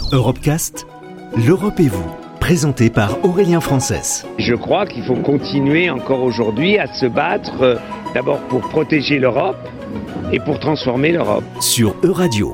Europecast, l'Europe et vous, présenté par Aurélien Frances. Je crois qu'il faut continuer encore aujourd'hui à se battre d'abord pour protéger l'Europe et pour transformer l'Europe. Sur Euradio.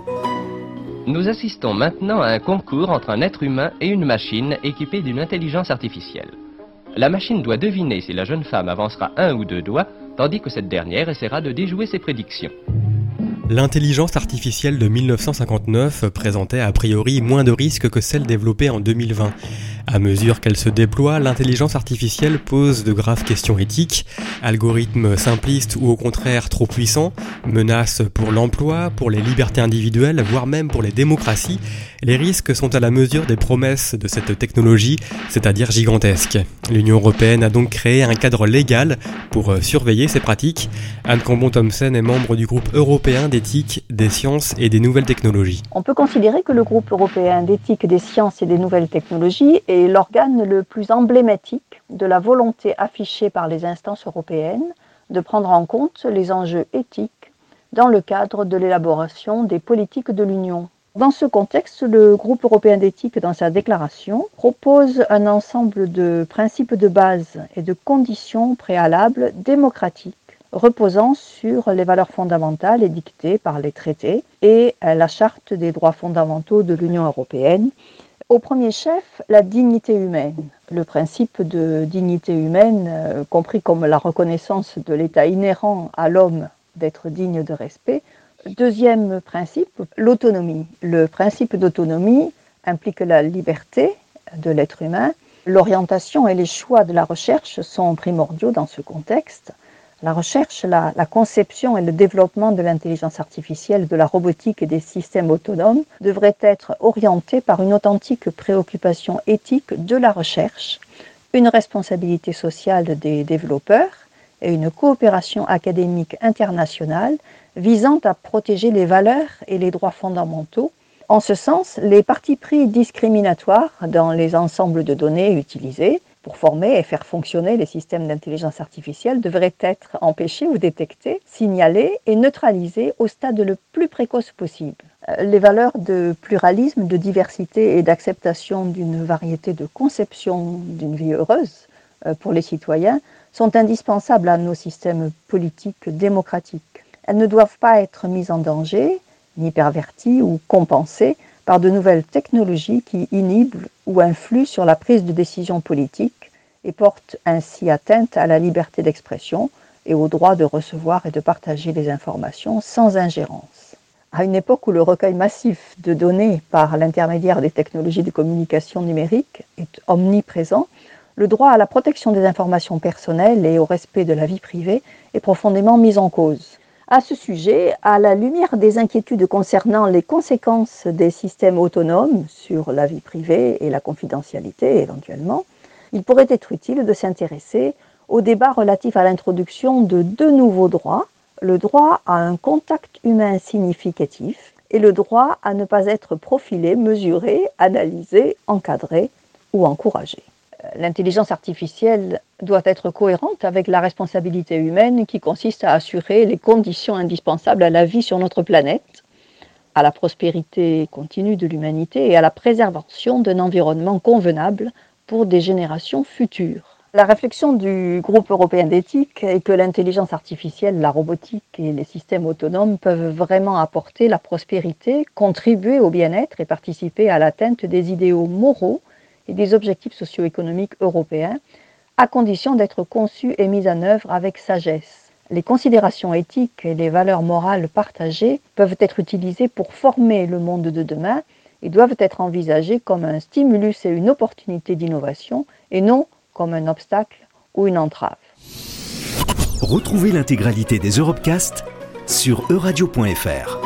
Nous assistons maintenant à un concours entre un être humain et une machine équipée d'une intelligence artificielle. La machine doit deviner si la jeune femme avancera un ou deux doigts, tandis que cette dernière essaiera de déjouer ses prédictions. L'intelligence artificielle de 1959 présentait a priori moins de risques que celle développée en 2020. À mesure qu'elle se déploie, l'intelligence artificielle pose de graves questions éthiques, algorithmes simplistes ou au contraire trop puissants, menaces pour l'emploi, pour les libertés individuelles, voire même pour les démocraties. Les risques sont à la mesure des promesses de cette technologie, c'est-à-dire gigantesques. L'Union européenne a donc créé un cadre légal pour surveiller ces pratiques. Anne Cambon-Thomsen est membre du groupe européen d'éthique, des sciences et des nouvelles technologies. On peut considérer que le groupe européen d'éthique, des sciences et des nouvelles technologies est l'organe le plus emblématique de la volonté affichée par les instances européennes de prendre en compte les enjeux éthiques dans le cadre de l'élaboration des politiques de l'Union. Dans ce contexte, le groupe européen d'éthique, dans sa déclaration, propose un ensemble de principes de base et de conditions préalables démocratiques reposant sur les valeurs fondamentales édictées par les traités et la Charte des droits fondamentaux de l'Union européenne. Au premier chef, la dignité humaine. Le principe de dignité humaine, compris comme la reconnaissance de l'état inhérent à l'homme d'être digne de respect. Deuxième principe, l'autonomie. Le principe d'autonomie implique la liberté de l'être humain. L'orientation et les choix de la recherche sont primordiaux dans ce contexte. La recherche, la conception et le développement de l'intelligence artificielle, de la robotique et des systèmes autonomes devraient être orientés par une authentique préoccupation éthique de la recherche, une responsabilité sociale des développeurs et une coopération académique internationale visant à protéger les valeurs et les droits fondamentaux. En ce sens, les partis pris discriminatoires dans les ensembles de données utilisés pour former et faire fonctionner les systèmes d'intelligence artificielle devraient être empêchés ou détectés, signalés et neutralisés au stade le plus précoce possible. Les valeurs de pluralisme, de diversité et d'acceptation d'une variété de conceptions d'une vie heureuse pour les citoyens sont indispensables à nos systèmes politiques démocratiques. Elles ne doivent pas être mises en danger, ni perverties ou compensées par de nouvelles technologies qui inhibent ou influent sur la prise de décision politique et portent ainsi atteinte à la liberté d'expression et au droit de recevoir et de partager les informations sans ingérence. À une époque où le recueil massif de données par l'intermédiaire des technologies de communication numérique est omniprésent, le droit à la protection des informations personnelles et au respect de la vie privée est profondément mis en cause. À ce sujet, à la lumière des inquiétudes concernant les conséquences des systèmes autonomes sur la vie privée et la confidentialité éventuellement, il pourrait être utile de s'intéresser au débat relatif à l'introduction de deux nouveaux droits, le droit à un contact humain significatif et le droit à ne pas être profilé, mesuré, analysé, encadré ou encouragé. L'intelligence artificielle doit être cohérente avec la responsabilité humaine qui consiste à assurer les conditions indispensables à la vie sur notre planète, à la prospérité continue de l'humanité et à la préservation d'un environnement convenable pour des générations futures. La réflexion du groupe européen d'éthique est que l'intelligence artificielle, la robotique et les systèmes autonomes peuvent vraiment apporter la prospérité, contribuer au bien-être et participer à l'atteinte des idéaux moraux et des objectifs socio-économiques européens, à condition d'être conçus et mis en œuvre avec sagesse. Les considérations éthiques et les valeurs morales partagées peuvent être utilisées pour former le monde de demain et doivent être envisagées comme un stimulus et une opportunité d'innovation et non comme un obstacle ou une entrave. Retrouvez l'intégralité des Europecast sur euradio.fr.